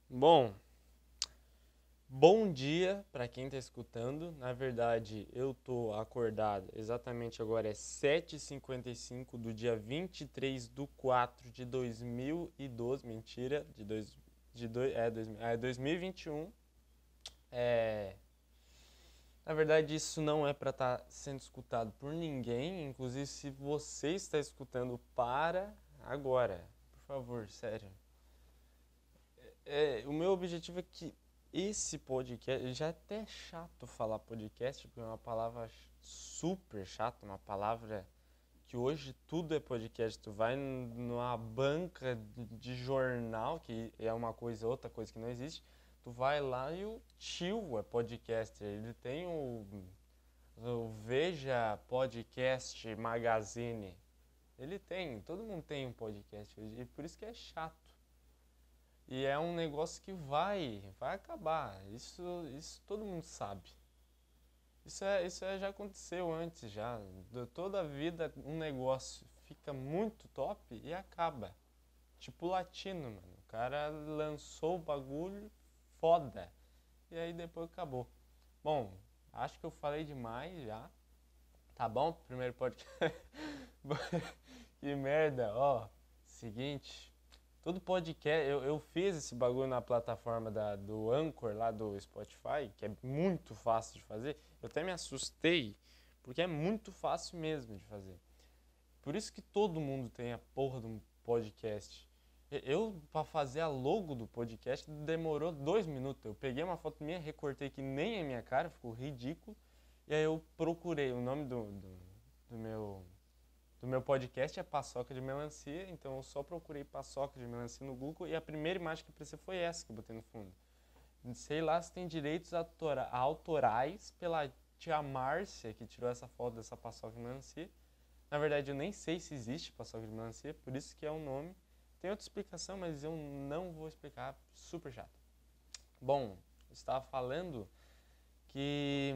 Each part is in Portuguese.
Bom, bom dia para quem está escutando. Na verdade, eu tô acordado. Exatamente agora é 7h55 do dia 23 de 4 de 2012. Mentira, é 2021. É, na verdade, isso não é para estar sendo escutado por ninguém. Inclusive, se você está escutando, para agora. Por favor, sério. O meu objetivo é que esse podcast, já é até chato falar podcast, porque é uma palavra super chata, uma palavra que hoje tudo é podcast. Tu vai numa banca de jornal, que é uma coisa, outra coisa que não existe, tu vai lá e o tio é podcaster. Ele tem o Veja Podcast Magazine. Ele tem, todo mundo tem um podcast, e por isso que é chato. E é um negócio que vai acabar. Isso todo mundo sabe. Já aconteceu antes já. Toda a vida um negócio fica muito top e acaba. Tipo latino, mano. O cara lançou o bagulho foda. E aí depois acabou. Bom, acho que eu falei demais já. Tá bom? Primeiro podcast. Que merda, ó. Seguinte, todo podcast, eu fiz esse bagulho na plataforma do Anchor lá do Spotify, que é muito fácil de fazer. Eu até me assustei, porque é muito fácil mesmo de fazer. Por isso que todo mundo tem a porra de um podcast. Pra fazer a logo do podcast, demorou 2 minutos. Eu peguei uma foto minha, recortei que nem é minha cara, ficou ridículo. E aí eu procurei o nome do meu podcast é Paçoca de Melancia, então eu só procurei Paçoca de Melancia no Google e a primeira imagem que apareceu foi essa que eu botei no fundo. Sei lá se tem direitos autorais pela tia Márcia que tirou essa foto dessa paçoca de melancia. Na verdade, eu nem sei se existe paçoca de melancia, por isso que é o nome. Tem outra explicação, mas eu não vou explicar, super chato. Bom, eu estava falando que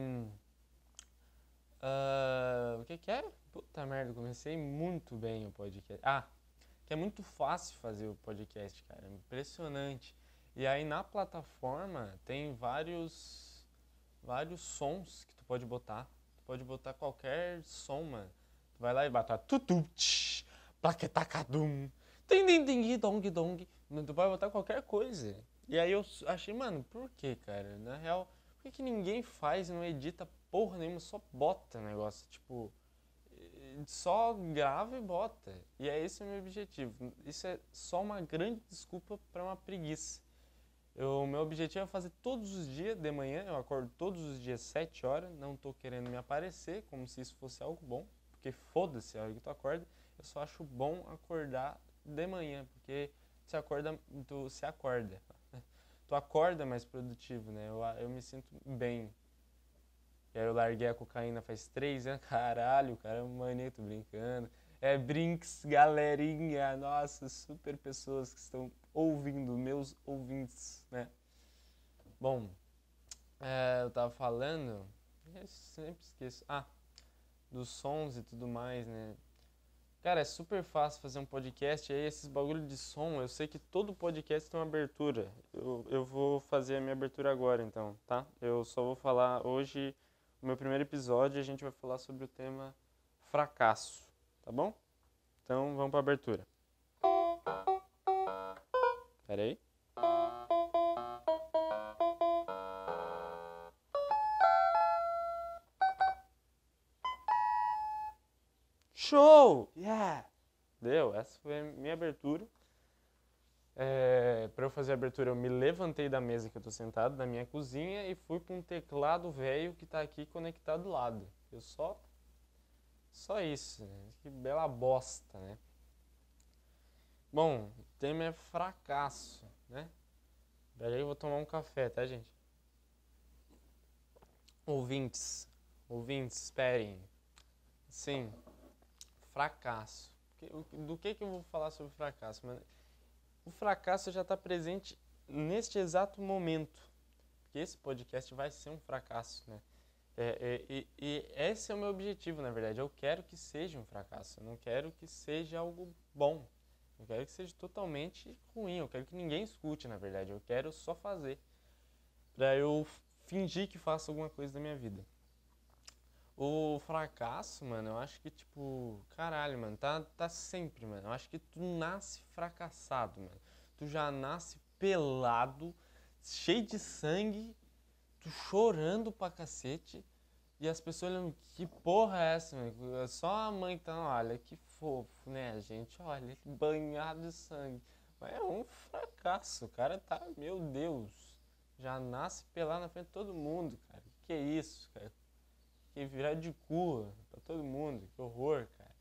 o que é? Puta merda, comecei muito bem o podcast. Que é muito fácil fazer o podcast, cara. É impressionante. E aí na plataforma tem vários sons que tu pode botar. Tu pode botar qualquer som, mano. Tu vai lá e bota tutu tch, plaquetacadum, ding ding ding dong dong. Tu vai botar qualquer coisa. E aí eu achei, mano, por que, cara? Na real, por que ninguém faz e não edita porra nenhuma, só bota o negócio, tipo, só grava e bota. E é esse o meu objetivo. Isso é só uma grande desculpa para uma preguiça. O meu objetivo é fazer todos os dias de manhã, eu acordo todos os dias 7 horas, não tô querendo me aparecer como se isso fosse algo bom, porque foda-se a hora que tu acorda, eu só acho bom acordar de manhã, porque tu se acorda. Tu acorda mais produtivo, né? Eu me sinto bem. E aí eu larguei a cocaína faz 3 anos. Caralho, cara, é um maneto brincando. É Brinks, galerinha, nossa, super pessoas que estão ouvindo, meus ouvintes, né? Bom, eu tava falando, eu sempre esqueço. Dos sons e tudo mais, né? Cara, é super fácil fazer um podcast. E aí, esses bagulho de som, eu sei que todo podcast tem uma abertura. Eu vou fazer a minha abertura agora, então, tá? Eu só vou falar hoje, o meu primeiro episódio, a gente vai falar sobre o tema fracasso, tá bom? Então, vamos pra abertura. Pera aí. Show! Yeah! Deu, essa foi a minha abertura. Para eu fazer a abertura, eu me levantei da mesa que eu tô sentado, da minha cozinha, e fui para um teclado velho que tá aqui conectado do lado. Eu só isso, né? Que bela bosta, né? Bom, o tema é fracasso, né? Daí eu vou tomar um café, tá, gente? Ouvintes, ouvintes, esperem. Sim, fracasso. Do que eu vou falar sobre fracasso? Mano, o fracasso já está presente neste exato momento. Porque esse podcast vai ser um fracasso, né? E esse é o meu objetivo, na verdade. Eu quero que seja um fracasso. Eu não quero que seja algo bom. Eu quero que seja totalmente ruim. Eu quero que ninguém escute, na verdade. Eu quero só fazer. Pra eu fingir que faço alguma coisa da minha vida. O fracasso, mano, eu acho que, tipo, caralho, mano, tá sempre, mano. Eu acho que tu nasce fracassado, mano. Tu já nasce pelado, cheio de sangue, tu chorando pra cacete. E as pessoas olhando, que porra é essa, mano? Só a mãe tá, olha, que fofo, né, gente? Olha, banhado de sangue. Mas é um fracasso, o cara tá, meu Deus. Já nasce pelado na frente de todo mundo, cara. Que isso, cara? Que virar de cu pra todo mundo. Que horror, cara.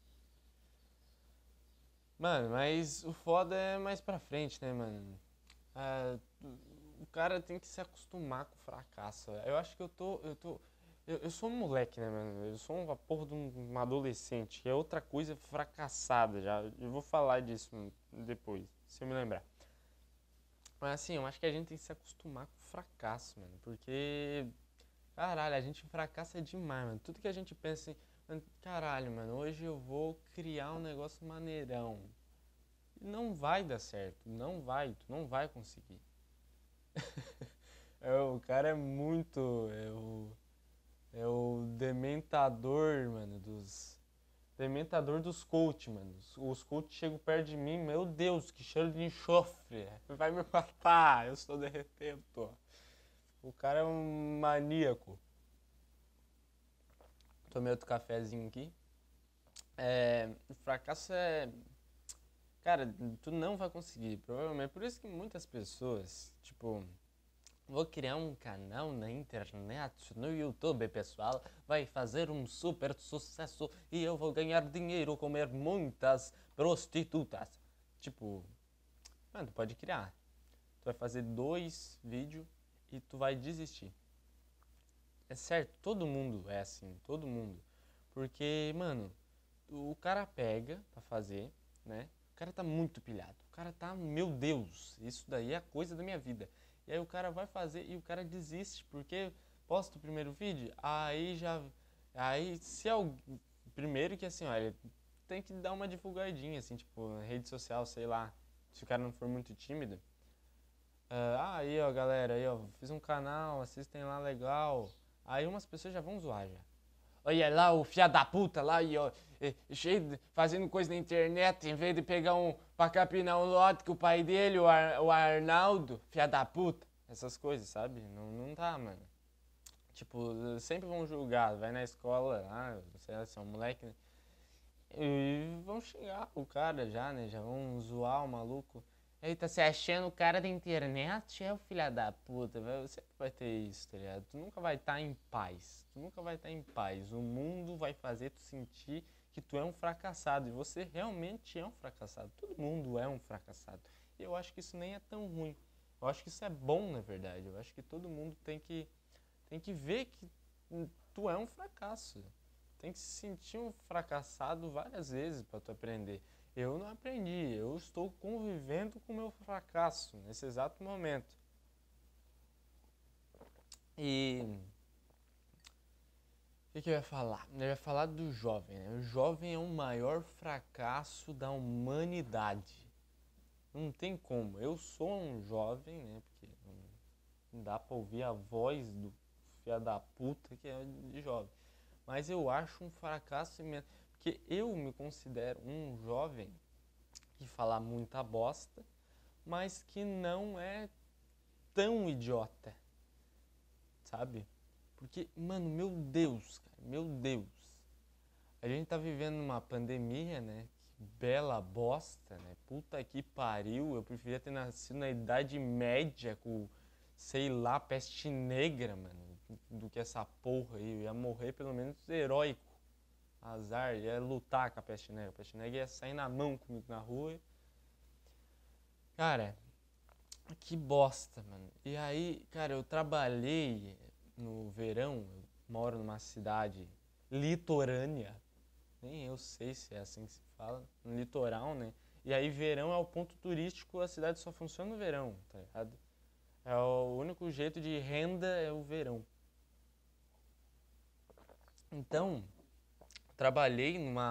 Mano, mas o foda é mais pra frente, né, mano? Ah, o cara tem que se acostumar com o fracasso. Eu acho que eu sou um moleque, né, mano? Eu sou uma porra de um adolescente, que é outra coisa fracassada já. Eu vou falar disso depois, se eu me lembrar. Mas assim, eu acho que a gente tem que se acostumar com o fracasso, mano. Porque, caralho, a gente fracassa demais, mano. Tudo que a gente pensa assim, mano, caralho, mano, hoje eu vou criar um negócio maneirão. Não vai dar certo, não vai, tu não vai conseguir. O cara é muito. É o dementador, mano, dos. Dementador dos coach, mano. Os coach chegam perto de mim, meu Deus, que cheiro de enxofre. Vai me matar, eu estou derretendo. O cara é um maníaco. Tomei outro cafezinho aqui. O fracasso é. Cara, tu não vai conseguir, provavelmente. Por isso que muitas pessoas, tipo, vou criar um canal na internet, no YouTube, pessoal. Vai fazer um super sucesso e eu vou ganhar dinheiro, comer muitas prostitutas. Tipo, mano, tu pode criar. Tu vai fazer 2 vídeos e tu vai desistir. É certo, todo mundo é assim, todo mundo. Porque, mano, o cara pega pra fazer, né? O cara tá muito pilhado. O cara tá, meu Deus, isso daí é a coisa da minha vida. E aí o cara vai fazer e o cara desiste, porque posta o primeiro vídeo, aí já. Aí se é o. Primeiro que assim, olha, tem que dar uma divulgadinha, assim, tipo, na rede social, sei lá. Se o cara não for muito tímido. Aí ó, galera, aí ó, fiz um canal, assistem lá legal. Aí umas pessoas já vão zoar já. Olha lá o filho da puta lá, aí, ó, fazendo coisa na internet, em vez de pegar pra capinar um lote com o pai dele, o Arnaldo, filho da puta. Essas coisas, sabe? Não dá, mano. Tipo, sempre vão julgar, vai na escola, sei lá, se é um moleque, né? E vão xingar o cara já, né? Já vão zoar o maluco. Eita, se achando o cara da internet é o filho da puta, velho. Sempre vai ter isso, tá ligado? Tu nunca vai estar em paz. Tu nunca vai estar em paz. O mundo vai fazer tu sentir que tu é um fracassado. E você realmente é um fracassado. Todo mundo é um fracassado. E eu acho que isso nem é tão ruim. Eu acho que isso é bom, na verdade. Eu acho que todo mundo tem que ver que tu é um fracasso. Tem que se sentir um fracassado várias vezes para tu aprender. Eu não aprendi, eu estou convivendo com o meu fracasso nesse exato momento. E o que eu ia falar? Eu ia falar do jovem, né? O jovem é o maior fracasso da humanidade. Não tem como. Eu sou um jovem, né? Porque não dá pra ouvir a voz do filho da puta que é de jovem. Mas eu acho um fracasso imenso. Porque eu me considero um jovem que fala muita bosta, mas que não é tão idiota, sabe? Porque, mano, meu Deus, cara, meu Deus. A gente tá vivendo uma pandemia, né? Que bela bosta, né? Puta que pariu. Eu preferia ter nascido na Idade Média com, sei lá, peste negra, mano, do que essa porra aí. Eu ia morrer pelo menos heróico. Azar, ia lutar com a peste negra. A peste negra ia sair na mão comigo na rua. Cara, que bosta, mano. E aí, cara, eu trabalhei no verão, eu moro numa cidade litorânea, nem eu sei se é assim que se fala, no litoral, né? E aí verão é o ponto turístico, a cidade só funciona no verão, tá ligado? É o único jeito de renda é o verão. Então, trabalhei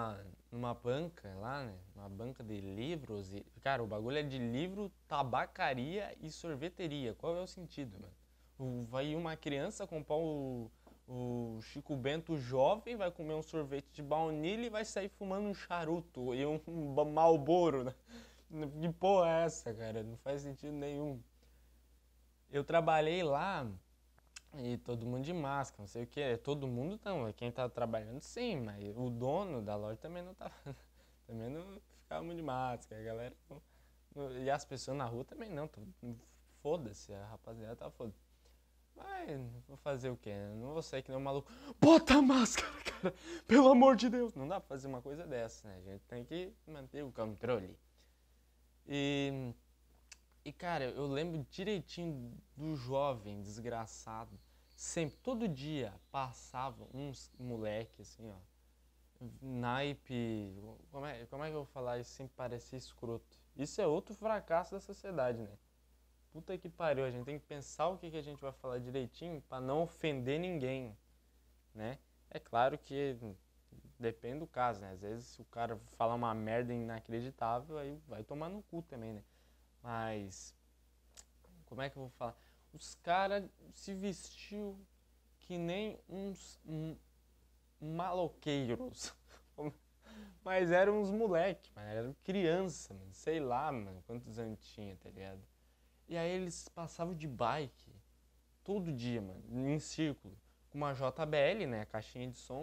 numa banca lá, né? Uma banca de livros e... Cara, o bagulho é de livro, tabacaria e sorveteria. Qual é o sentido, mano? Vai uma criança comprar o Chico Bento jovem, vai comer um sorvete de baunilha e vai sair fumando um charuto e um Marlboro, né? Que porra é essa, cara? Não faz sentido nenhum. Eu trabalhei lá e todo mundo de máscara, não sei o que. Todo mundo não, quem tá trabalhando sim, mas o dono da loja também não tava. Também não ficava muito de máscara, a galera e as pessoas na rua também não. Foda-se, a rapaziada tá foda. Mas vou fazer o quê? Não vou sair que nem um maluco. Bota a máscara, cara! Pelo amor de Deus! Não dá pra fazer uma coisa dessa, né? A gente tem que manter o controle. E, e cara, eu lembro direitinho do jovem desgraçado. Sempre, todo dia, passavam uns moleque assim, ó. Naipe. Como é que eu vou falar isso sem parecer escroto? Isso é outro fracasso da sociedade, né? Puta que pariu, a gente tem que pensar o que a gente vai falar direitinho pra não ofender ninguém, né? É claro que depende do caso, né? Às vezes se o cara falar uma merda inacreditável, aí vai tomar no cu também, né? Mas, como é que eu vou falar? Os caras se vestiu que nem uns maloqueiros. Mas eram uns moleque, mano. Eram criança, mano. Sei lá, mano, quantos anos tinha, tá ligado? E aí eles passavam de bike todo dia, mano, em círculo, com uma JBL, né, a caixinha de som.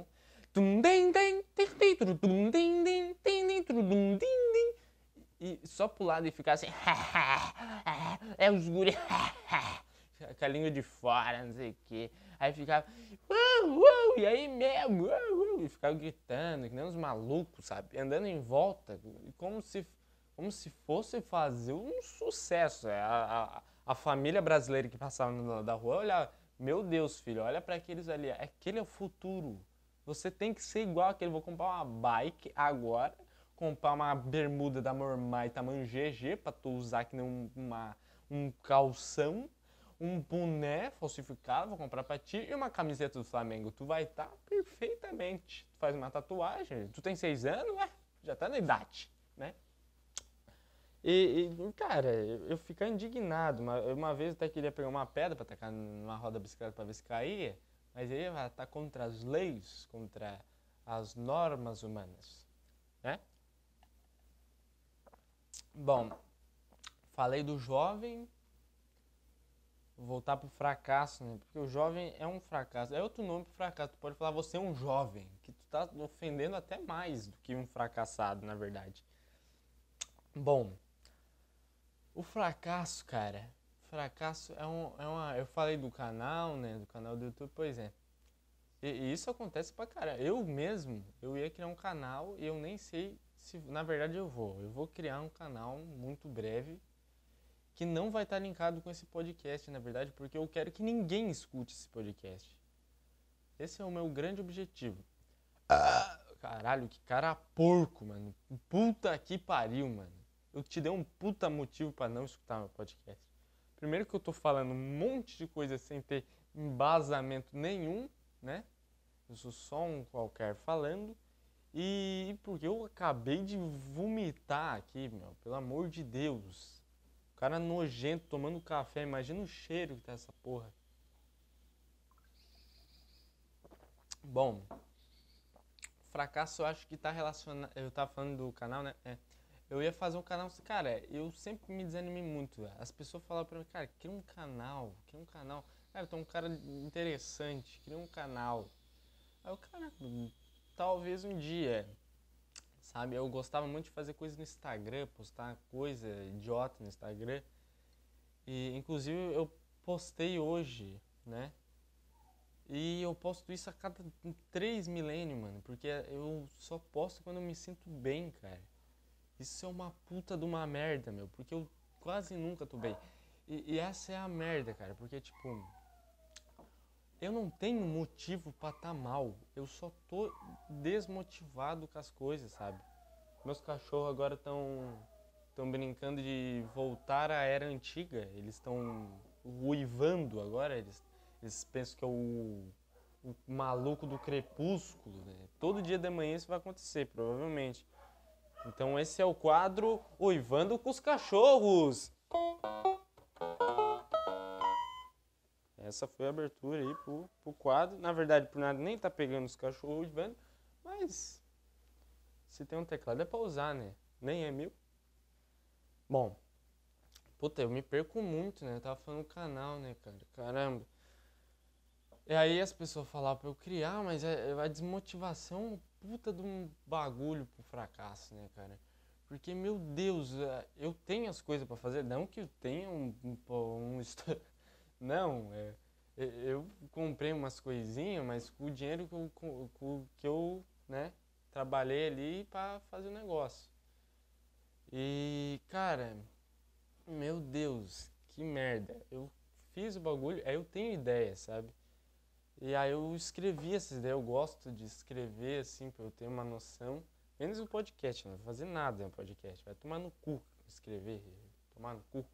E só pro lado e ficar assim, é os guri, com a língua de fora, não sei o que. Aí ficava, e aí mesmo, e ficava gritando, que nem uns malucos, sabe? Andando em volta, como se fosse fazer um sucesso. A família brasileira que passava da rua olhava, meu Deus, filho, olha para aqueles ali, aquele é o futuro. Você tem que ser igual aquele. Vou comprar uma bike agora, comprar uma bermuda da Mormai tamanho GG pra tu usar que nem um calção, um boné falsificado, vou comprar pra ti, e uma camiseta do Flamengo. Tu vai estar perfeitamente. Tu faz uma tatuagem, tu tem 6 anos, já tá na idade, né? Cara, eu fico indignado. Uma vez eu até queria pegar uma pedra pra tacar numa roda da bicicleta pra ver se caía, mas aí vai estar contra as leis, contra as normas humanas, né? Bom, falei do jovem, vou voltar pro fracasso, né? Porque o jovem é um fracasso. É outro nome pro fracasso. Tu pode falar você é um jovem, que tu tá ofendendo até mais do que um fracassado, na verdade. Bom, o fracasso, cara. Fracasso é uma. Eu falei do canal, né? Do canal do YouTube, pois é. E isso acontece pra caralho. Eu mesmo, eu ia criar um canal e eu nem sei se. Na verdade, eu vou. Eu vou criar um canal muito breve que não vai estar linkado com esse podcast, na verdade, porque eu quero que ninguém escute esse podcast. Esse é o meu grande objetivo. Caralho, que cara porco, mano. Puta que pariu, mano. Eu te dei um puta motivo pra não escutar meu podcast. Primeiro que eu tô falando um monte de coisa sem ter embasamento nenhum, né? Eu sou só um qualquer falando. E porque eu acabei de vomitar aqui, meu. Pelo amor de Deus. O cara nojento tomando café. Imagina o cheiro que tá essa porra. Bom, fracasso eu acho que tá relacionado. Eu tava falando do canal, né? Eu ia fazer um canal. Cara, eu sempre me desanimei muito. As pessoas falavam pra mim, cara, cria um canal, cria um canal. Cara, tu é um cara interessante, cria um canal. Aí o cara, talvez um dia, sabe? Eu gostava muito de fazer coisa no Instagram, postar coisa idiota no Instagram. E inclusive eu postei hoje, né? E eu posto isso a cada 3 milênios, mano. Porque eu só posto quando eu me sinto bem, cara. Isso é uma puta de uma merda, meu. Porque eu quase nunca tô bem. E essa é a merda, cara. Porque, tipo, eu não tenho motivo pra tá mal. Eu só tô desmotivado com as coisas, sabe? Meus cachorros agora estão brincando de voltar à era antiga. Eles estão uivando agora. Eles pensam que é o o maluco do crepúsculo, né? Todo dia de manhã isso vai acontecer, provavelmente. Então esse é o quadro Uivando com os Cachorros. Essa foi a abertura aí pro quadro. Na verdade, por nada, nem tá pegando os cachorros uivando, mas se tem um teclado é pra usar, né? Nem é meu. Bom, puta, eu me perco muito, né? Eu tava falando do canal, né, cara? Caramba. E aí as pessoas falavam pra eu criar, mas a desmotivação é uma puta de um bagulho pro fracasso, né, cara? Porque, meu Deus, eu tenho as coisas pra fazer, não que eu tenha não, eu comprei umas coisinhas, mas com o dinheiro que eu, né, trabalhei ali pra fazer o negócio. E, cara, meu Deus, que merda. Eu fiz o bagulho, aí eu tenho ideia, sabe? E aí eu escrevi essas ideias, eu gosto de escrever, assim, pra eu ter uma noção. Menos o podcast, não vou fazer nada no podcast, vai tomar no cu escrever, tomar no cu.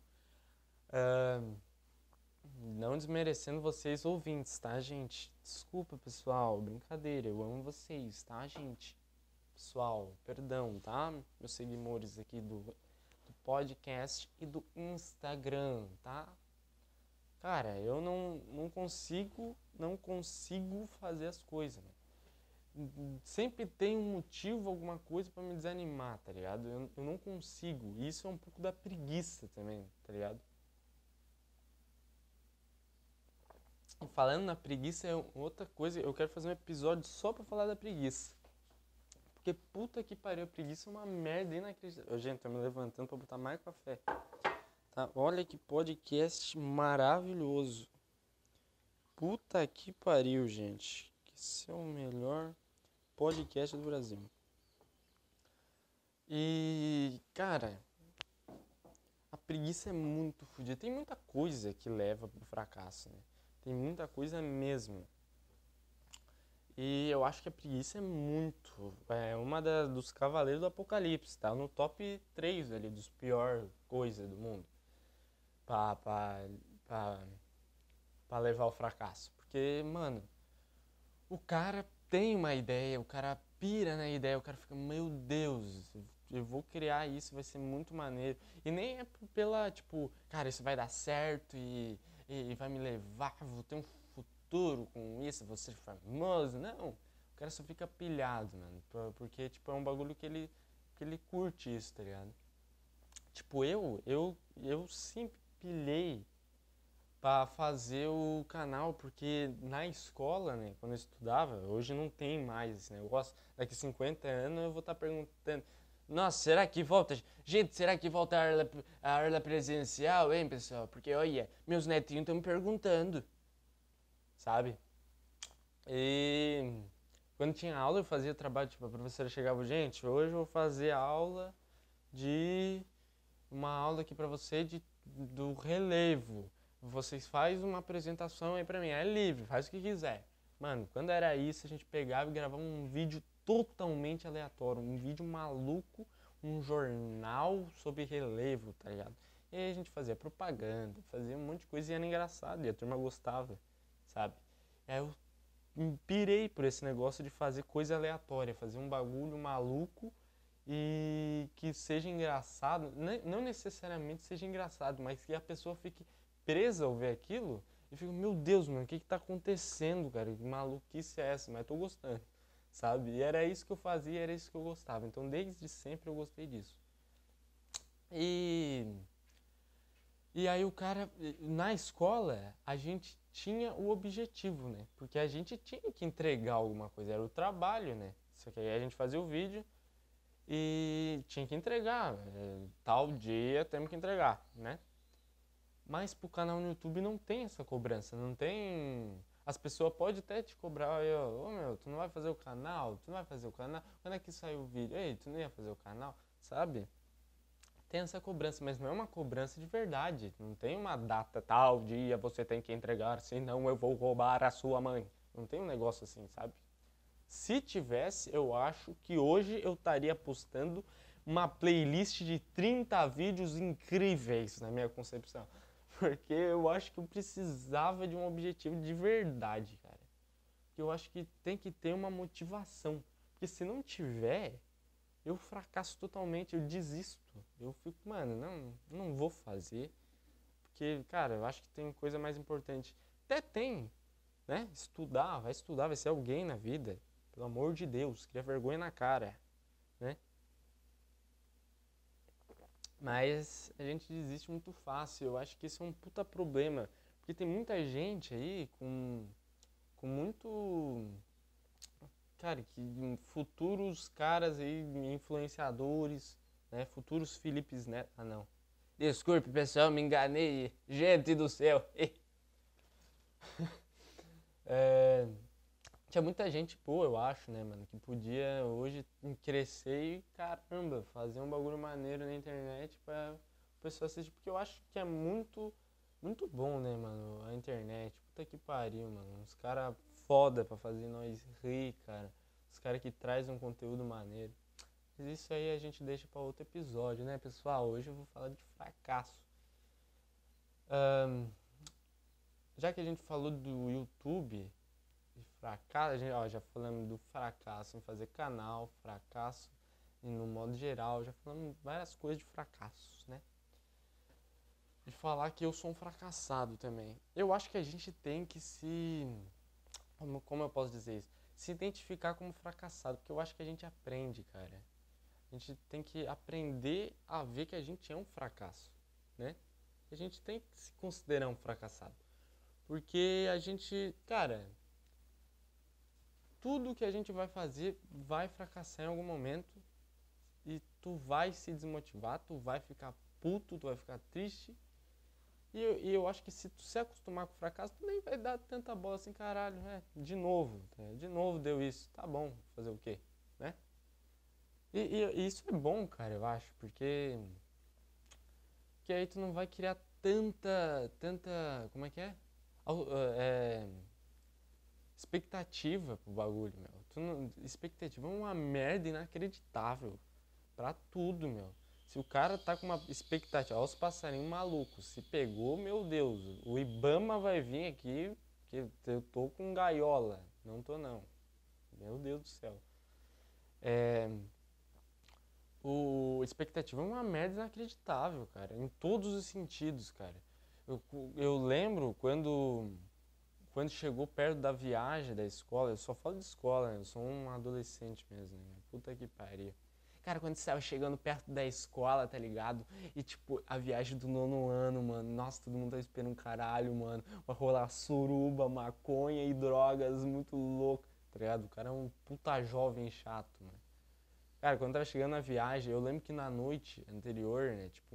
Não desmerecendo vocês ouvintes, tá, gente? Desculpa, pessoal, brincadeira, eu amo vocês, tá, gente? Pessoal, perdão, tá? Meus seguidores aqui do podcast e do Instagram, tá? Cara, eu não consigo fazer as coisas, né? Sempre tem um motivo, alguma coisa pra me desanimar, tá ligado? Eu não consigo. E isso é um pouco da preguiça também, tá ligado? E falando na preguiça é outra coisa, eu quero fazer um episódio só pra falar da preguiça. Porque puta que pariu, a preguiça é uma merda inacreditável. Gente, tô me levantando pra botar mais café. Tá? Olha que podcast maravilhoso. Puta que pariu, gente. Esse é o melhor podcast do Brasil. E, cara, a preguiça é muito fodida. Tem muita coisa que leva pro fracasso, né? Tem muita coisa mesmo. E eu acho que a preguiça é uma dos cavaleiros do apocalipse, tá? No top 3 ali dos piores coisas do mundo pra levar ao fracasso. Porque, mano, o cara tem uma ideia, o cara pira na ideia, o cara fica, meu Deus, eu vou criar isso, vai ser muito maneiro. E nem é pela, tipo, cara, isso vai dar certo e vai me levar, vou ter um futuro com isso, vou ser famoso. Não, o cara só fica pilhado, mano, porque, tipo, é um bagulho que ele curte isso, tá ligado? Tipo, eu sempre pilhei pra fazer o canal, porque na escola, né, quando eu estudava, hoje não tem mais esse negócio, daqui 50 anos eu vou estar perguntando, nossa, será que volta? Gente, será que volta a aula presencial, hein, pessoal? Porque, olha, meus netinhos estão me perguntando, sabe? E quando tinha aula eu fazia trabalho, tipo, a professora chegava, gente, hoje eu vou fazer aula de... uma aula aqui pra você do relevo. Vocês fazem uma apresentação aí pra mim, é livre, faz o que quiser. Mano, quando era isso, a gente pegava e gravava um vídeo totalmente aleatório, um vídeo maluco, um jornal sobre relevo, tá ligado? E aí a gente fazia propaganda, fazia um monte de coisa e era engraçado, e a turma gostava, sabe? E aí eu me pirei por esse negócio de fazer coisa aleatória, fazer um bagulho maluco e que seja engraçado, não necessariamente seja engraçado, mas que a pessoa fique presa ao ver aquilo e fica, meu Deus, mano, o que tá acontecendo, cara? Que maluquice é essa? Mas tô gostando, sabe? E era isso que eu fazia, era isso que eu gostava. Então, desde sempre eu gostei disso. E aí o cara, na escola, a gente tinha o objetivo, né? Porque a gente tinha que entregar alguma coisa, era o trabalho, né? Só que aí a gente fazia o vídeo e tinha que entregar, tal dia temos que entregar, né? Mas pro canal no YouTube não tem essa cobrança, não tem... As pessoas podem até te cobrar, ô meu, tu não vai fazer o canal? Tu não vai fazer o canal? Quando é que saiu o vídeo? Ei, tu não ia fazer o canal? Sabe? Tem essa cobrança, mas não é uma cobrança de verdade. Não tem uma data, tal dia você tem que entregar, senão eu vou roubar a sua mãe. Não tem um negócio assim, sabe? Se tivesse, eu acho que hoje eu estaria postando uma playlist de 30 vídeos incríveis na minha concepção. Porque eu acho que eu precisava de um objetivo de verdade, cara. que eu acho que tem que ter uma motivação. Porque se não tiver, eu fracasso totalmente, eu desisto. Eu fico, mano, não vou fazer. Porque, cara, eu acho que tem coisa mais importante. Até tem, né? Estudar, vai ser alguém na vida. Pelo amor de Deus, cria vergonha na cara, né? Mas a gente desiste muito fácil. Eu acho que isso é um puta problema. Porque tem muita gente aí com muito. Cara, que futuros caras aí, influenciadores, né? Futuros Filipes Neto. Ah, não. Desculpe, pessoal, me enganei. Gente do céu. É, tinha muita gente boa, eu acho, né, mano, que podia hoje crescer e, caramba, fazer um bagulho maneiro na internet pra o pessoal assistir. Porque eu acho que é muito bom, né, mano, a internet. Puta que pariu, mano. Uns caras foda pra fazer nós rir, cara. Os caras que traz um conteúdo maneiro. Mas isso aí a gente deixa pra outro episódio, né, pessoal? Hoje eu vou falar de fracasso. Ahn, já que a gente falou do YouTube e fracasso, já falamos do fracasso em fazer canal, fracasso e no modo geral, já falamos várias coisas de fracassos, né? E falar que eu sou um fracassado também. Eu acho que a gente tem que como eu posso dizer isso? Se identificar como fracassado, porque eu acho que a gente aprende, cara. A gente tem que aprender a ver que a gente é um fracasso, né? A gente tem que se considerar um fracassado. Porque a gente, cara, tudo que a gente vai fazer vai fracassar em algum momento e tu vai se desmotivar, tu vai ficar puto, tu vai ficar triste. E eu acho que se tu se acostumar com o fracasso, tu nem vai dar tanta bola assim, caralho, de novo deu isso, tá bom, fazer o quê, né? E isso é bom, cara, eu acho, porque aí tu não vai criar como é que é? Au- é expectativa pro bagulho, meu. Expectativa é uma merda inacreditável pra tudo, meu. Se o cara tá com uma expectativa, olha os passarinhos malucos, se pegou, meu Deus, o Ibama vai vir aqui, que eu tô com gaiola. Não tô não. Meu Deus do céu. É, o expectativa é uma merda inacreditável, cara, em todos os sentidos, cara. Eu lembro quando chegou perto da viagem da escola, eu só falo de escola, né? Eu sou um adolescente mesmo, né? Puta que pariu. Cara, quando você tava chegando perto da escola, tá ligado? E tipo, a viagem do nono ano, mano. Nossa, todo mundo tá esperando um caralho, mano. Vai rolar suruba, maconha e drogas muito louco, tá ligado? O cara é um puta jovem chato, mano. Cara, quando tava chegando na viagem, eu lembro que na noite anterior, né? Tipo,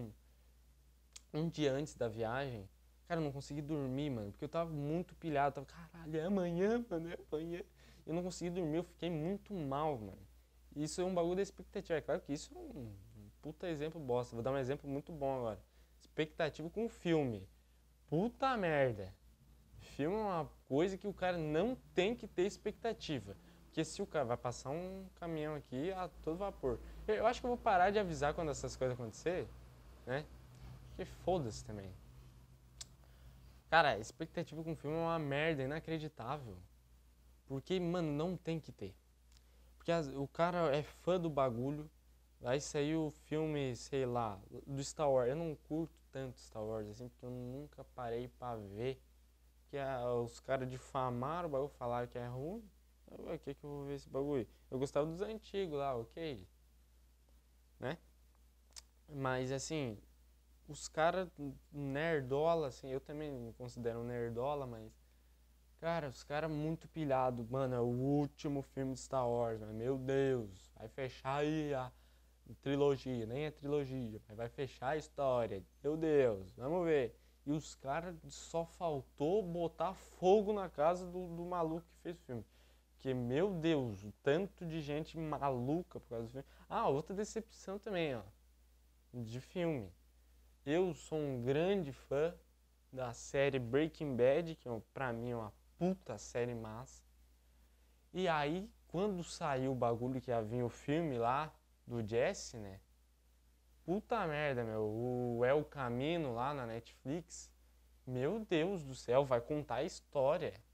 um dia antes da viagem, cara, eu não consegui dormir, mano, porque eu tava muito pilhado, tava, caralho, é amanhã, mano, é amanhã. Eu não consegui dormir, eu fiquei muito mal, mano. Isso é um bagulho da expectativa. É claro que isso é um puta exemplo bosta. Vou dar um exemplo muito bom agora. Expectativa com filme. Puta merda. Filme é uma coisa que o cara não tem que ter expectativa. Porque se o cara vai passar um caminhão aqui a todo vapor. Eu acho que eu vou parar de avisar quando essas coisas acontecer, né? Porque foda-se também. Cara, expectativa com filme é uma merda inacreditável. Porque, mano, não tem que ter. Porque o cara é fã do bagulho. Aí saiu o filme, sei lá, do Star Wars. Eu não curto tanto Star Wars assim, porque eu nunca parei pra ver. Que os caras difamaram o bagulho, falaram que é ruim. O que eu vou ver esse bagulho? Eu gostava dos antigos lá, ok. Né? Mas assim, os caras nerdola, assim, eu também me considero um nerdola, mas. Cara, os caras muito pilhado, mano, é o último filme de Star Wars, mano. Meu Deus, vai fechar aí a trilogia, nem é trilogia, mas vai fechar a história. Meu Deus, vamos ver. E os caras só faltou botar fogo na casa do maluco que fez o filme. Porque, meu Deus, o tanto de gente maluca por causa do filme. Ah, outra decepção também, ó, de filme. Eu sou um grande fã da série Breaking Bad, que pra mim é uma puta série massa. E aí, quando saiu o bagulho que ia vir o filme lá do Jesse, né? Puta merda, meu. O El Camino lá na Netflix. Meu Deus do céu, vai contar a história.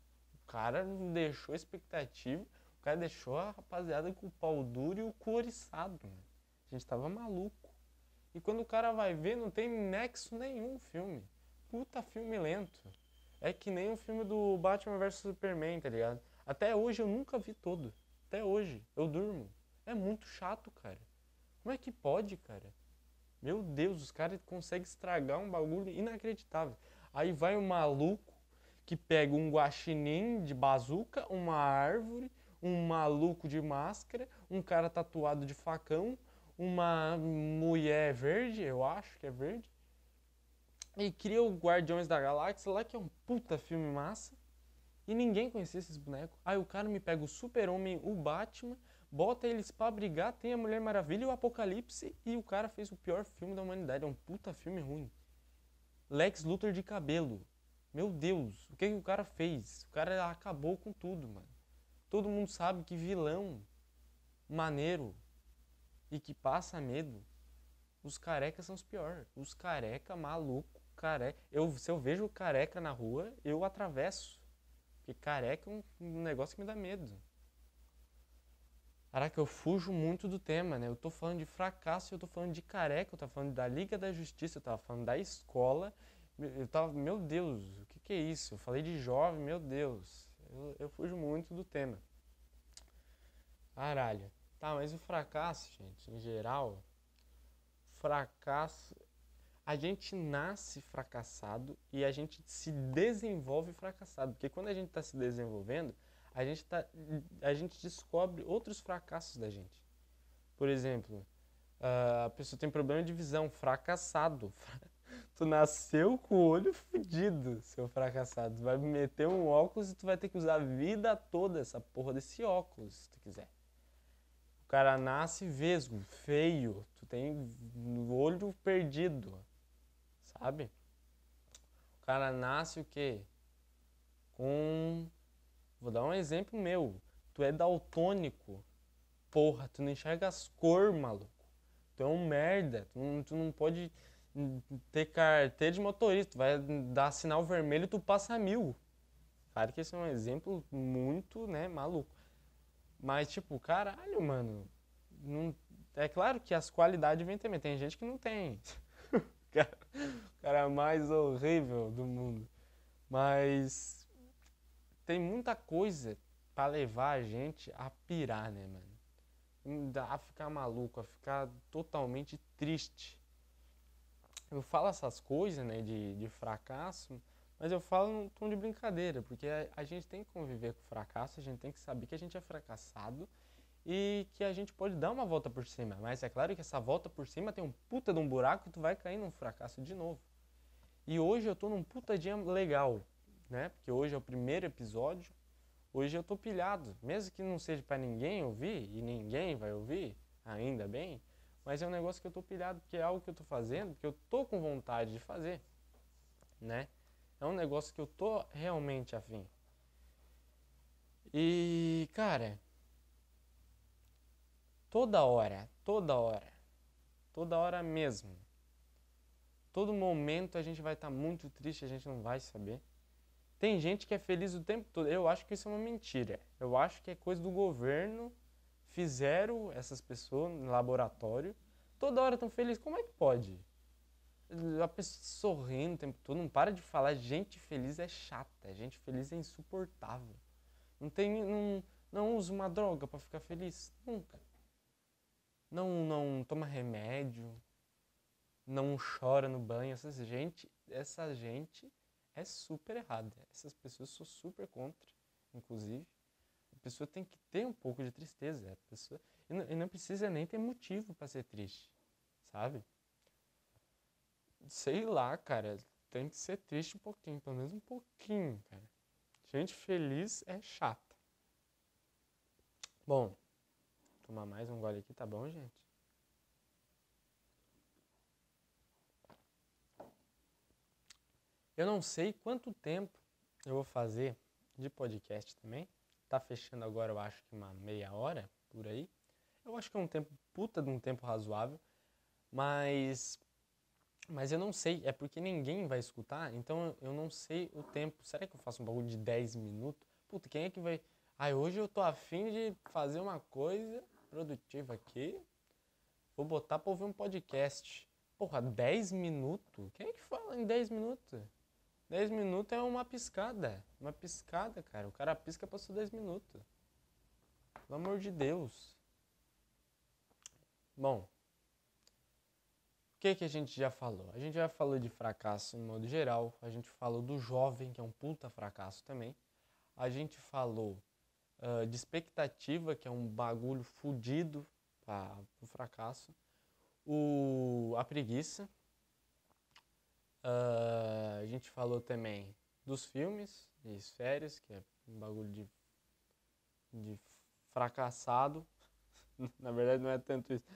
cara não deixou expectativa, o cara deixou a rapaziada com o pau duro e o cu oriçado, mano. A gente tava maluco. E quando o cara vai ver, não tem nexo nenhum o filme. Puta filme lento. É que nem o filme do Batman vs Superman, tá ligado? Até hoje eu nunca vi todo. Até hoje. Eu durmo. É muito chato, cara. Como é que pode, cara? Meu Deus, os caras conseguem estragar um bagulho inacreditável. Aí vai um maluco que pega um guaxinim de bazuca, uma árvore, um maluco de máscara, um cara tatuado de facão, uma mulher verde, eu acho que é verde, e cria o Guardiões da Galáxia lá, que é um puta filme massa, e ninguém conhecia esses bonecos. Aí o cara me pega o Super-Homem, o Batman, bota eles pra brigar, tem a Mulher Maravilha e o Apocalipse, e o cara fez o pior filme da humanidade. É um puta filme ruim. Lex Luthor de cabelo. Meu Deus, o que o cara fez? O cara acabou com tudo, mano. Todo mundo sabe que vilão maneiro e que passa medo, os carecas são os piores. Os careca maluco, careca. Se eu vejo careca na rua, eu atravesso. Porque careca é um negócio que me dá medo. Caraca, eu fujo muito do tema, né? Eu tô falando de fracasso, eu tô falando de careca, eu tava falando da Liga da Justiça, eu tava falando da escola. Meu Deus, o que é isso? Eu falei de jovem, meu Deus. Eu fujo muito do tema. Caralho. Tá, mas o fracasso, gente, em geral, fracasso. A gente nasce fracassado e a gente se desenvolve fracassado. Porque quando a gente está se desenvolvendo, a gente descobre outros fracassos da gente. Por exemplo, a pessoa tem problema de visão, fracassado. Tu nasceu com o olho fudido, seu fracassado. Tu vai meter um óculos e tu vai ter que usar a vida toda essa porra desse óculos, se tu quiser. O cara nasce vesgo, feio, tu tem o olho perdido, sabe? O cara nasce o quê? Vou dar um exemplo meu. Tu é daltônico. Porra, tu não enxerga as cores, maluco. Tu é um merda. Tu não pode ter carteira de motorista. Tu vai dar sinal vermelho e tu passa 1000. Claro que esse é um exemplo muito, né, maluco. Mas, tipo, caralho, mano. Não, é claro que as qualidades vêm também. Tem gente que não tem. O cara mais horrível do mundo. Mas tem muita coisa pra levar a gente a pirar, né, mano? A ficar maluco, a ficar totalmente triste. Eu falo essas coisas, né, de fracasso, mas eu falo num tom de brincadeira, porque a gente tem que conviver com o fracasso, a gente tem que saber que a gente é fracassado e que a gente pode dar uma volta por cima. Mas é claro que essa volta por cima tem um puta de um buraco e tu vai cair num fracasso de novo. E hoje eu tô num puta dia legal, né? Porque hoje é o primeiro episódio. Hoje eu tô pilhado, mesmo que não seja pra ninguém ouvir, e ninguém vai ouvir, ainda bem, mas é um negócio que eu tô pilhado, porque é algo que eu tô fazendo, que eu tô com vontade de fazer, né? É um negócio que eu tô realmente afim. E, cara, toda hora mesmo, todo momento a gente vai estar muito triste, a gente não vai saber. Tem gente que é feliz o tempo todo. Eu acho que isso é uma mentira. Eu acho que é coisa do governo. Fizeram essas pessoas no laboratório. Toda hora tão felizes. Como é que pode? A pessoa sorrindo o tempo todo. Não para de falar. Gente feliz é chata. Gente feliz é insuportável. Não usa uma droga pra ficar feliz. Nunca. Não toma remédio. Não chora no banho. Essa gente é super errada. Essas pessoas sou super contra, inclusive. A pessoa tem que ter um pouco de tristeza. A pessoa, e não precisa nem ter motivo pra ser triste, sabe? Sei lá, cara. Tem que ser triste um pouquinho, pelo menos um pouquinho, cara. Gente feliz é chata. Bom, tomar mais um gole aqui, tá bom, gente? Eu não sei quanto tempo eu vou fazer de podcast também. Tá fechando agora, eu acho que uma meia hora, por aí. Eu acho que é um tempo, puta de um tempo razoável. Mas eu não sei, é porque ninguém vai escutar, então eu não sei o tempo. Será que eu faço um bagulho de 10 minutos? puta, quem é que vai... Ai, hoje eu tô afim de fazer uma coisa produtiva aqui. Vou botar pra ouvir um podcast. Porra, 10 minutos? Quem é que fala em 10 minutos? 10 minutos é uma piscada. Uma piscada, cara. O cara pisca, passou 10 minutos. Pelo amor de Deus. Bom, o que a gente já falou? A gente já falou de fracasso em modo geral. A gente falou do jovem, que é um puta fracasso também. A gente falou de expectativa, que é um bagulho fudido pro fracasso. A preguiça. A gente falou também dos filmes e férias, que é um bagulho de fracassado. Na verdade não é tanto isso.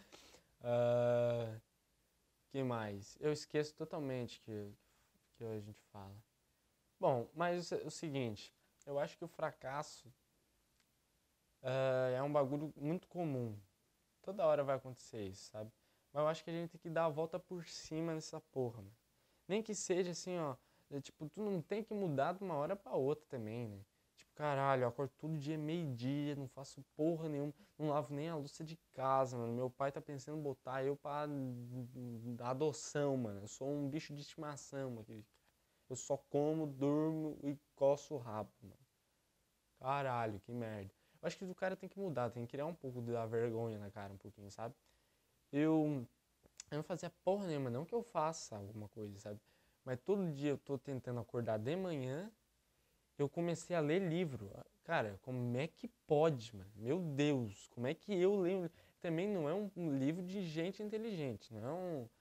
Que mais? Eu esqueço totalmente que a gente fala. Bom, mas o seguinte, eu acho que o fracasso é um bagulho muito comum. Toda hora vai acontecer isso, sabe? Mas eu acho que a gente tem que dar a volta por cima nessa porra, mano. Nem que seja assim, ó. Tipo, tu não tem que mudar de uma hora pra outra também, né? Tipo, caralho, eu acordo todo dia meio-dia, não faço porra nenhuma, não lavo nem a louça de casa, mano. Meu pai tá pensando em botar eu pra adoção, mano. Eu sou um bicho de estimação aqui. Eu só como, durmo e coço o rabo, mano. Caralho, que merda. Eu acho que o cara tem que mudar, tem que criar um pouco da vergonha na cara, um pouquinho, sabe? Eu não fazia porra nenhuma, não que eu faça alguma coisa, sabe? Mas todo dia eu tô tentando acordar de manhã, eu comecei a ler livro. Cara, como é que pode, mano? Meu Deus, como é que eu leio? Também não é um livro de gente inteligente, não é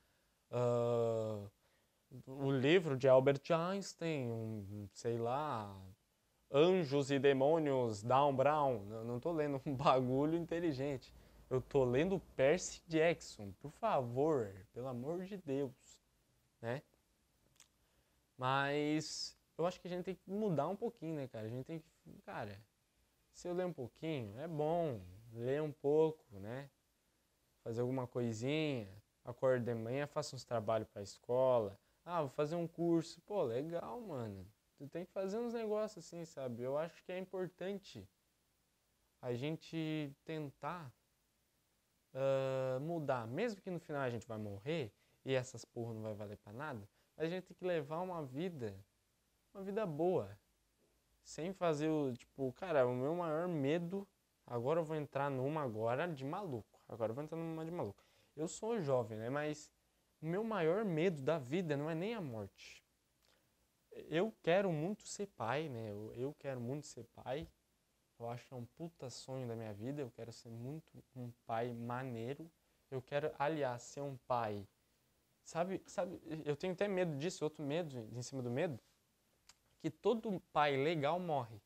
o livro de Albert Einstein, sei lá, Anjos e Demônios, Dan Brown. Eu não tô lendo um bagulho inteligente. Eu tô lendo Percy Jackson, por favor, pelo amor de Deus, né? Mas eu acho que a gente tem que mudar um pouquinho, né, cara? A gente tem que, cara, se eu ler um pouquinho, é bom, ler um pouco, né? Fazer alguma coisinha, acordo de manhã, faço uns trabalhos pra escola. Ah, vou fazer um curso. Pô, legal, mano. Tu tem que fazer uns negócios assim, sabe? Eu acho que é importante a gente tentar mudar. Mesmo que no final a gente vai morrer e essas porra não vai valer pra nada, a gente tem que levar uma vida boa. Sem fazer o, tipo, cara, o meu maior medo, agora eu vou entrar numa agora de maluco. Agora eu vou entrar numa de maluco. Eu sou jovem, né? Mas o meu maior medo da vida não é nem a morte. Eu quero muito ser pai, né? Eu quero muito ser pai. Eu acho que é um puta sonho da minha vida. Eu quero ser muito um pai maneiro. Eu quero, aliás, ser um pai. Sabe, eu tenho até medo disso, outro medo, em cima do medo, que todo pai legal morre.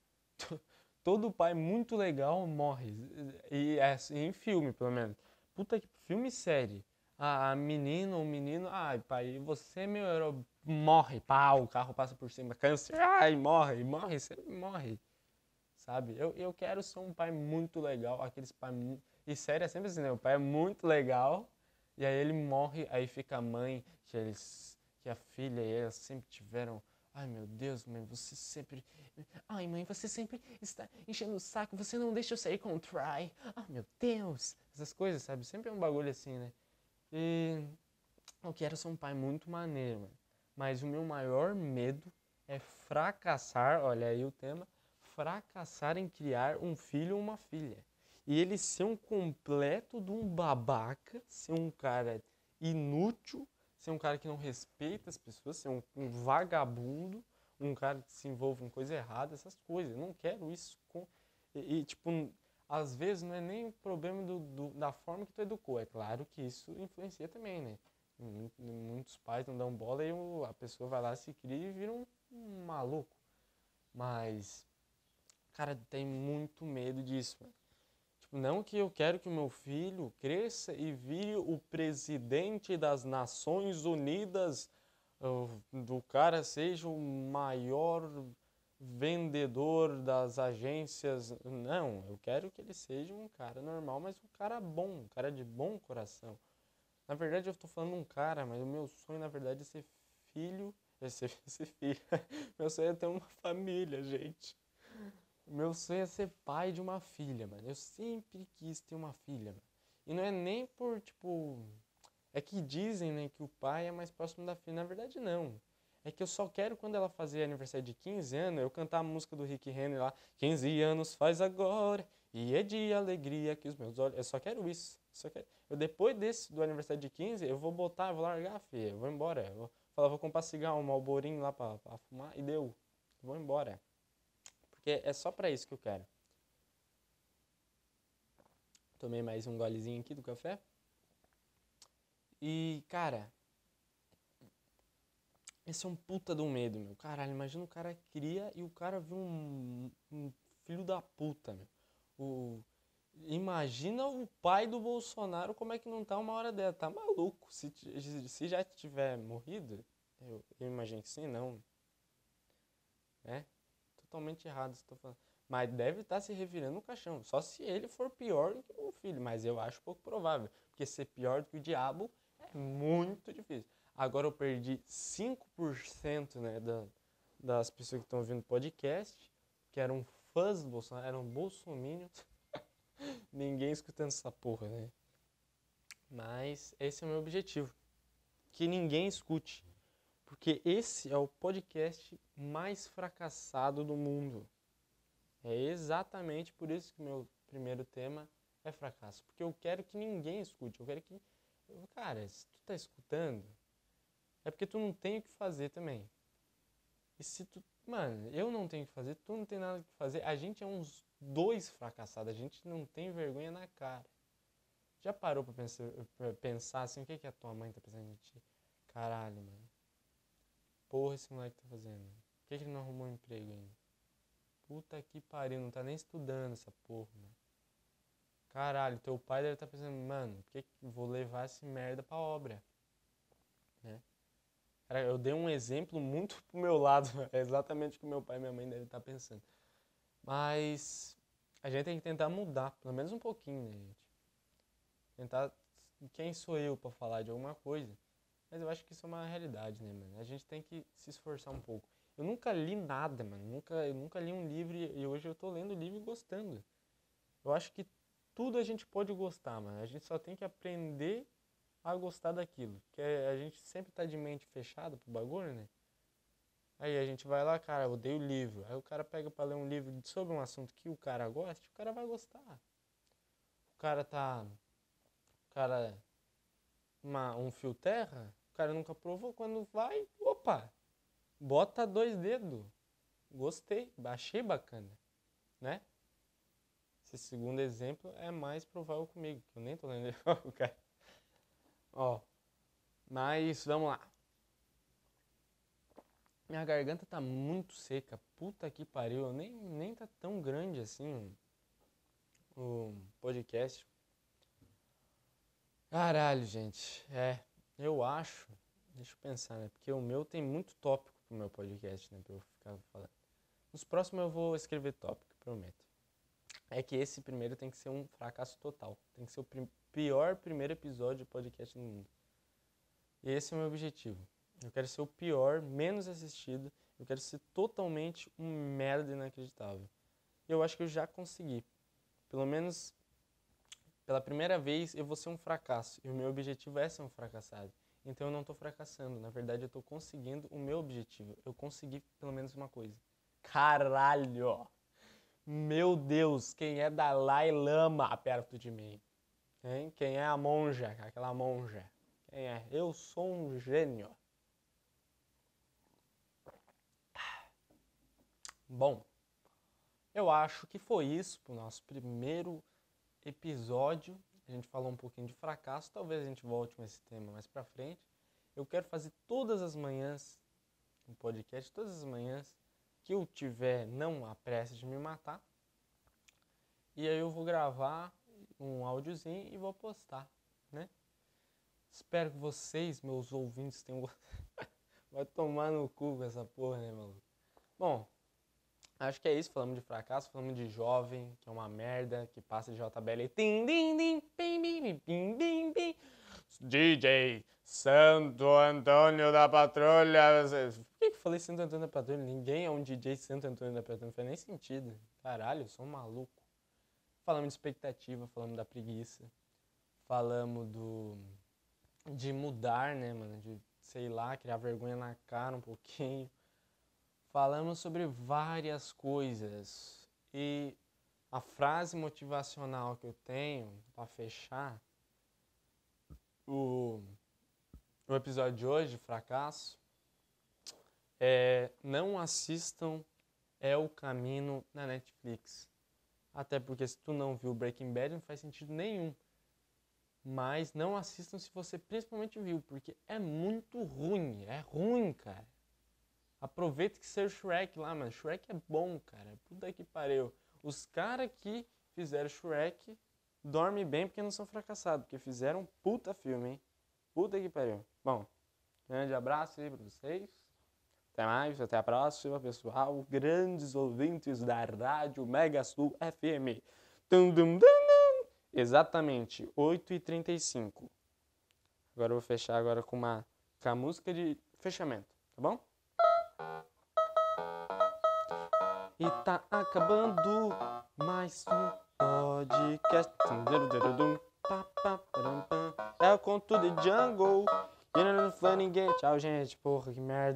Todo pai muito legal morre. E é assim, em filme, pelo menos. Puta que filme série. A menina ou o menino, ai pai, você é meu herói, morre, pau, o carro passa por cima, câncer, ai, morre, sempre morre. Sabe? Eu quero ser um pai muito legal, aqueles pais. E sério, é sempre assim, né? O pai é muito legal, e aí ele morre, aí fica a mãe, que a filha e elas sempre tiveram. Ai meu Deus, mãe, você sempre. Ai mãe, você sempre está enchendo o saco, você não deixa eu sair com o try. Ai meu Deus! Essas coisas, sabe? Sempre é um bagulho assim, né? E eu quero ser um pai muito maneiro, mano. Mas o meu maior medo é fracassar, olha aí o tema, fracassar em criar um filho ou uma filha. E ele ser um completo de um babaca, ser um cara inútil, ser um cara que não respeita as pessoas, ser um vagabundo, um cara que se envolve em coisa errada, essas coisas. Eu não quero isso. Tipo, às vezes não é nem o problema da forma que tu educou. É claro que isso influencia também, né? Muitos pais não dão bola e a pessoa vai lá, se cria e vira um maluco. Mas, cara, tem muito medo disso, mano. Tipo, não que eu quero que o meu filho cresça e vire o presidente das Nações Unidas, do cara seja o maior vendedor das agências. Não, eu quero que ele seja um cara normal, mas um cara bom, um cara de bom coração. Na verdade, eu estou falando um cara, mas o meu sonho, na verdade, é ser filho. É ser filho. Meu sonho é ter uma família, gente. Meu sonho é ser pai de uma filha, mano. Eu sempre quis ter uma filha, mano. E não é nem por, tipo... É que dizem, né, que o pai é mais próximo da filha. Na verdade, não. É que eu só quero, quando ela fazer aniversário de 15 anos, eu cantar a música do Rick Henry lá. 15 anos faz agora, e é de alegria que os meus olhos... Eu só quero isso. Só quero... Eu, depois desse, do aniversário de 15, eu vou botar, eu vou largar, filha. Eu vou embora. Eu vou falar, vou comprar cigarro, um malborinho lá pra fumar, e deu. Eu vou embora. Porque é só pra isso que eu quero. Tomei mais um golezinho aqui do café. E, cara, esse é um puta de um medo, meu. Caralho, imagina o cara cria e o cara vê um filho da puta, meu. O, imagina o pai do Bolsonaro como é que não tá uma hora dela. Tá maluco. Se já tiver morrido, eu imagino que sim, não. É totalmente errado isso que eu tô falando. Mas deve estar se revirando no caixão. Só se ele for pior do que o filho. Mas eu acho pouco provável. Porque ser pior do que o diabo é muito difícil. Agora eu perdi 5%, né, das pessoas que estão ouvindo podcast, que eram fãs do Bolsonaro, eram bolsominions. Ninguém escutando essa porra, né? Mas esse é o meu objetivo. Que ninguém escute. Porque esse é o podcast mais fracassado do mundo. É exatamente por isso que o meu primeiro tema é fracasso. Porque eu quero que ninguém escute. Eu quero que... Cara, se tu tá escutando, é porque tu não tem o que fazer também. E se tu... Mano, eu não tenho o que fazer, tu não tem nada o que fazer. A gente é uns dois fracassados. A gente não tem vergonha na cara. Já parou pra pensar assim, o que que a tua mãe tá pensando em ti? Caralho, mano. Porra, esse moleque tá fazendo? Por que ele não arrumou um emprego ainda? Puta que pariu, não tá nem estudando essa porra, mano. Caralho, teu pai deve estar pensando, mano, por que vou levar esse merda pra obra? Né? Cara, eu dei um exemplo muito pro meu lado, é exatamente o que meu pai e minha mãe devem estar pensando. Mas a gente tem que tentar mudar, pelo menos um pouquinho, né, gente? Tentar, quem sou eu pra falar de alguma coisa? Mas eu acho que isso é uma realidade, né, mano? A gente tem que se esforçar um pouco. Eu nunca li nada, mano. Eu nunca li um livro e hoje eu tô lendo o livro e gostando. Eu acho que tudo a gente pode gostar, mano. A gente só tem que aprender a gostar daquilo. Porque a gente sempre tá de mente fechada pro bagulho, né? Aí a gente vai lá, cara, eu odeio livro. Aí o cara pega pra ler um livro sobre um assunto que o cara gosta, o cara vai gostar. O cara tá... O cara... um fio terra, o cara nunca provou, quando vai, opa, bota 2 dedos. Gostei, achei bacana, né? Esse segundo exemplo é mais provável comigo, que eu nem tô lendo o cara. Ó, mas vamos lá. Minha garganta tá muito seca, puta que pariu, nem tá tão grande assim o podcast. Caralho, gente, eu acho, deixa eu pensar, né, porque o meu tem muito tópico pro meu podcast, né, pra eu ficar falando. Nos próximos eu vou escrever tópico, prometo. É que esse primeiro tem que ser um fracasso total, tem que ser o pior primeiro episódio de podcast no mundo. E esse é o meu objetivo. Eu quero ser o pior, menos assistido. Eu quero ser totalmente um merda inacreditável. E eu acho que eu já consegui. Pelo menos, pela primeira vez, eu vou ser um fracasso. E o meu objetivo é ser um fracassado. Então eu não estou fracassando. Na verdade, eu estou conseguindo o meu objetivo. Eu consegui pelo menos uma coisa. Caralho! Meu Deus, quem é Dalai Lama perto de mim? Hein? Quem é a monja? Aquela monja? Quem é? Eu sou um gênio. Bom, eu acho que foi isso pro nosso primeiro episódio. A gente falou um pouquinho de fracasso, talvez a gente volte com esse tema mais pra frente. Eu quero fazer todas as manhãs um podcast, todas as manhãs que eu tiver não a pressa de me matar. E aí eu vou gravar um áudiozinho e vou postar, né? Espero que vocês, meus ouvintes, tenham gostado. Vai tomar no cu com essa porra, né, maluco? Bom, acho que é isso. Falamos de fracasso, falamos de jovem, que é uma merda, que passa de JBL. DJ Santo Antônio da Patrulha. O que falei Santo Antônio da Patrulha. Ninguém é um DJ Santo Antônio da Patrulha. Não faz nem sentido. Caralho, eu sou um maluco. Falamos de expectativa, falamos da preguiça. Falamos de mudar, né, mano? De, sei lá, criar vergonha na cara um pouquinho. Falamos sobre várias coisas. E a frase motivacional que eu tenho pra fechar o episódio de hoje, fracasso, é: não assistam El Camino na Netflix. Até porque se tu não viu Breaking Bad não faz sentido nenhum. Mas não assistam se você principalmente viu, porque é muito ruim. É ruim, cara. Aproveita que seu Shrek lá, mano. Shrek é bom, cara. Puta que pariu. Os caras que fizeram Shrek dormem bem porque não são fracassados. Porque fizeram um puta filme, hein? Puta que pariu. Bom, grande abraço aí pra vocês. Até mais, até a próxima, pessoal. Grandes ouvintes da Rádio Mega Sul FM. Dum, dum, dum, dum. Exatamente, 8h35. Agora eu vou fechar agora com a música de fechamento, tá bom? E tá acabando mais um podcast. É o conto de Jungle. Funny Game. Tchau, gente. Porra, que merda.